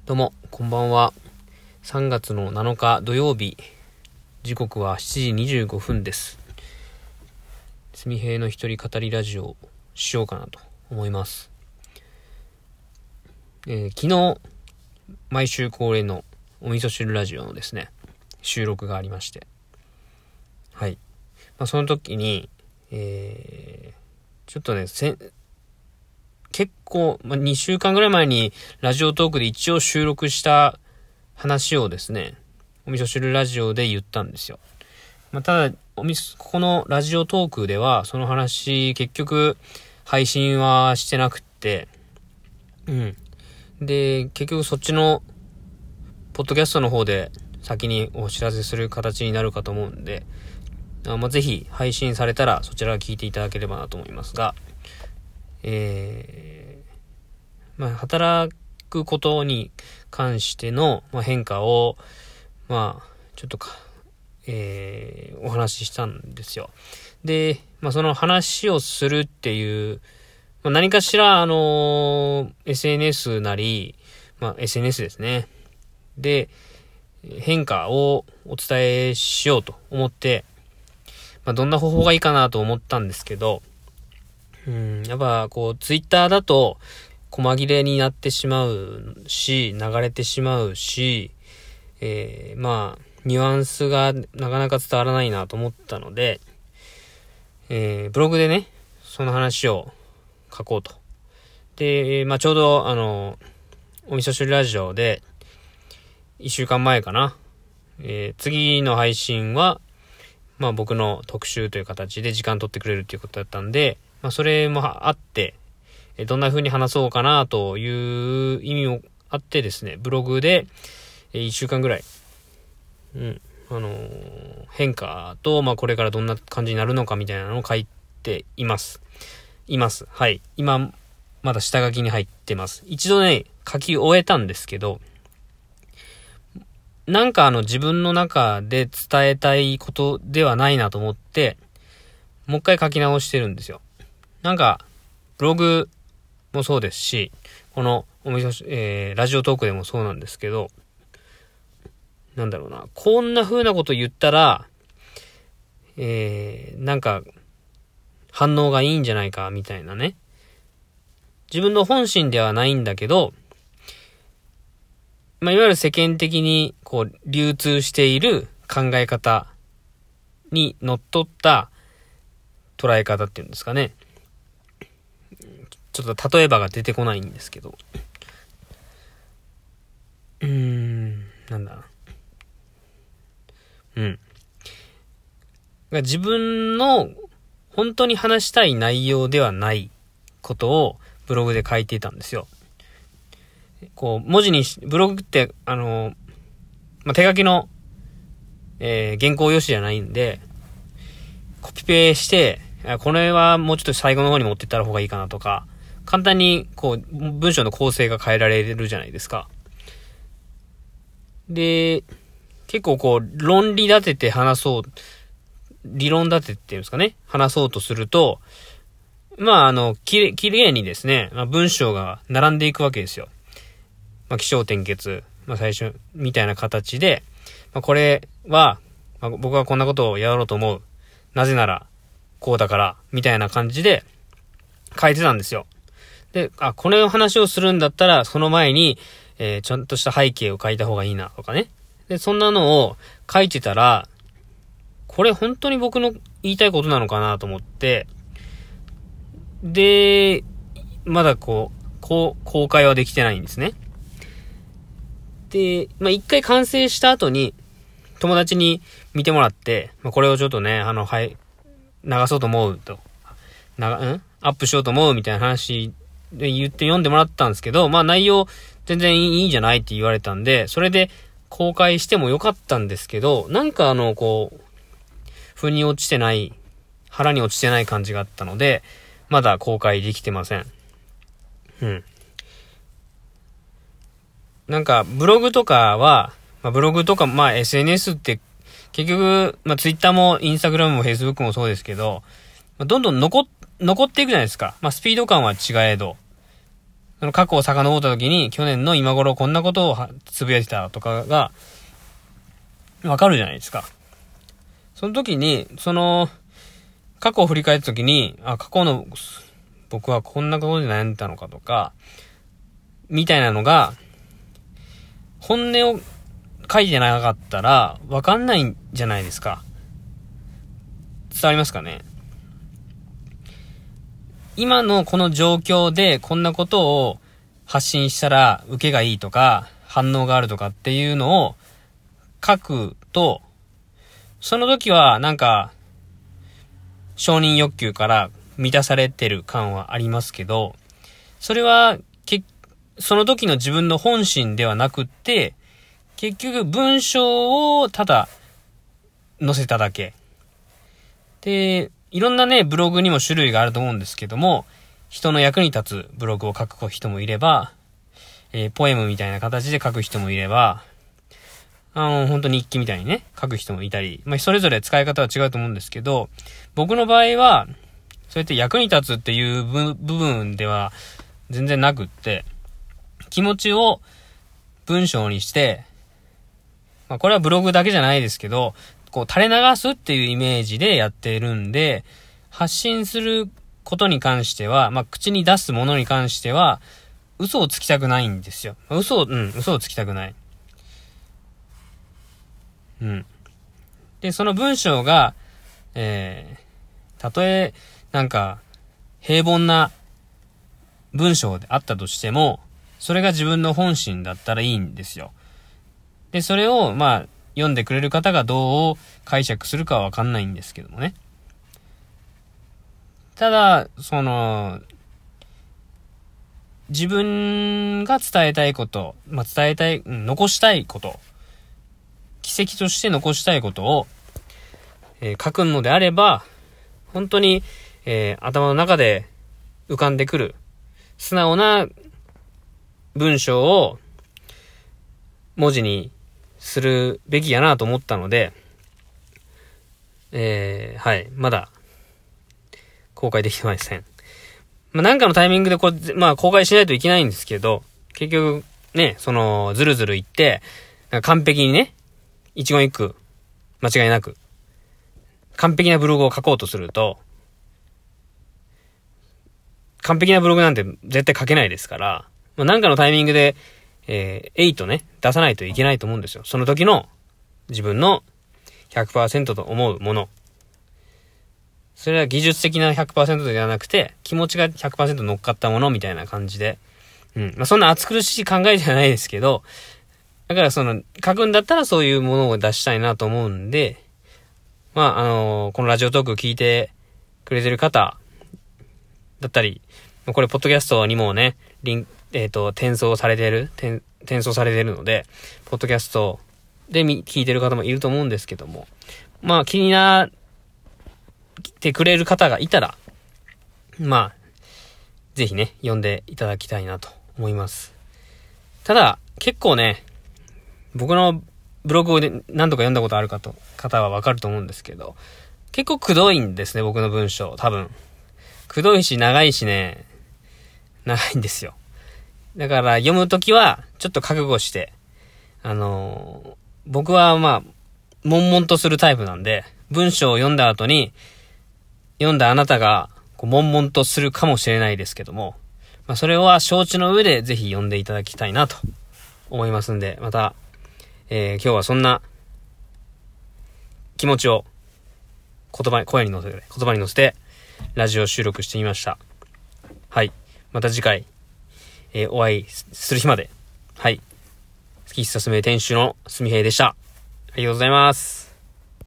どうも、こんばんは。3月の7日土曜日、時刻は7時25分です。すみへいの一人語りラジオをしようかなと思います。昨日、毎週恒例のお味噌汁ラジオのですね、収録がありまして。はい。その時に、ちょっとね、結構、2週間ぐらい前にラジオトークで一応収録した話をですね、お味噌汁ラジオで言ったんですよ。ただ、ここのラジオトークでは、その話、結局、配信はしてなくって、で、結局そっちの、ポッドキャストの方で先にお知らせする形になるかと思うんで、ぜひ配信されたらそちらを聞いていただければなと思いますが、働くことに関しての、変化を、ちょっとお話ししたんですよ。で、その話をするっていう、何かしら、SNS なり、SNS ですね。で、変化をお伝えしようと思って、どんな方法がいいかなと思ったんですけど、やっぱツイッターだと細切れになってしまうし、流れてしまうし、ニュアンスがなかなか伝わらないなと思ったので、ブログでね、その話を書こうと。で、ちょうどお味噌汁ラジオで1週間前かな。次の配信は、僕の特集という形で時間取ってくれるっていうことだったんで、それもあって、どんな風に話そうかなという意味もあってですね、ブログで1週間ぐらい、変化と、これからどんな感じになるのかみたいなのを書いています。はい。今、まだ下書きに入ってます。一度ね、書き終えたんですけど、自分の中で伝えたいことではないなと思って、もう一回書き直してるんですよ。ブログもそうですし、このラジオトークでもそうなんですけど、こんな風なこと言ったら、反応がいいんじゃないか、みたいなね。自分の本心ではないんだけど、いわゆる世間的に流通している考え方にのっとった捉え方っていうんですかね。ちょっと例えばが出てこないんですけど。自分の本当に話したい内容ではないことをブログで書いていたんですよ。文字にブログって手書きの、原稿用紙じゃないんで、コピペして、これはもうちょっと最後の方に持っていった方がいいかなとか、簡単に文章の構成が変えられるじゃないですか。で、結構論理立てて理論立てっていうんですかね、話そうとすると、綺麗にですね、文章が並んでいくわけですよ。起承転結、最初みたいな形で、これは、僕はこんなことをやろうと思う。なぜなら、こうだから、みたいな感じで書いてたんですよ。で、この話をするんだったら、その前に、ちゃんとした背景を書いた方がいいな、とかね。で、そんなのを書いてたら、これ本当に僕の言いたいことなのかなと思って、で、まだ公開はできてないんですね。で、一回完成した後に、友達に見てもらって、これをちょっとね、流そうと思うと。アップしようと思うみたいな話で言って読んでもらったんですけど、内容全然いいんじゃないって言われたんで、それで公開してもよかったんですけど、腑に落ちてない、腹に落ちてない感じがあったので、まだ公開できてません。ブログとかは、SNS って結局、Twitter も Instagram も Facebook もそうですけど、どんどん残っていくじゃないですか。スピード感は違えど。 その過去を遡った時に、去年の今頃こんなことをつぶやいてたとかが、わかるじゃないですか。その時に、過去を振り返った時に、過去の僕はこんなことで悩んでたのかとか、みたいなのが、本音を書いてなかったら、わかんないんじゃないですか。伝わりますかね？今のこの状況でこんなことを発信したら受けがいいとか、反応があるとかっていうのを書くと、その時はなんか、承認欲求から満たされてる感はありますけど、それはその時の自分の本心ではなくって、結局文章をただ載せただけ。で、いろんなね、ブログにも種類があると思うんですけども、人の役に立つブログを書く人もいれば、ポエムみたいな形で書く人もいれば、本当に日記みたいにね、書く人もいたり、それぞれ使い方は違うと思うんですけど、僕の場合は、そうやって役に立つっていう部分では全然なくって、気持ちを文章にして、これはブログだけじゃないですけど、こう垂れ流すっていうイメージでやってるんで、発信することに関しては、口に出すものに関しては、嘘をつきたくないんですよ。嘘をつきたくない。で、その文章が、たとえ、なんか、平凡な文章であったとしても、それが自分の本心だったらいいんですよ。で、それを、読んでくれる方がどう解釈するかはわかんないんですけどもね。ただ、自分が伝えたいこと、残したいこと、奇跡として残したいことを、書くのであれば、本当に、頭の中で浮かんでくる、素直な文章を文字にするべきやなと思ったので、まだ公開できてません。なんかのタイミングでこれ、公開しないといけないんですけど、結局ね、ずるずる言って、完璧にね、一言一句、間違いなく、完璧なブログを書こうとすると、完璧なブログなんて絶対書けないですから、なんかのタイミングで、8ね、出さないといけないと思うんですよ。その時の自分の 100% と思うもの。それは技術的な 100% ではなくて、気持ちが 100% 乗っかったものみたいな感じで。そんな暑苦しい考えじゃないですけど、だから書くんだったらそういうものを出したいなと思うんで、このラジオトーク聞いてくれてる方だったり、これポッドキャストにもね、転送されてるので、ポッドキャストで聞いてる方もいると思うんですけども、気になってくれる方がいたら、ぜひね、読んでいただきたいなと思います。ただ、結構ね、僕のブログで何度か読んだことある方はわかると思うんですけど、結構くどいんですね、僕の文章、多分。くどいし、長いしね、長いんですよ。だから読むときはちょっと覚悟して、僕は悶々とするタイプなんで、文章を読んだ後に、読んだあなたが悶々とするかもしれないですけども、それは承知の上でぜひ読んでいただきたいなと思いますんで、また、今日はそんな気持ちを言葉に乗せてラジオ収録してみました。はい。また次回、お会いする日まで。はい。喫茶すみれ店主のすみへいでした。ありがとうございます。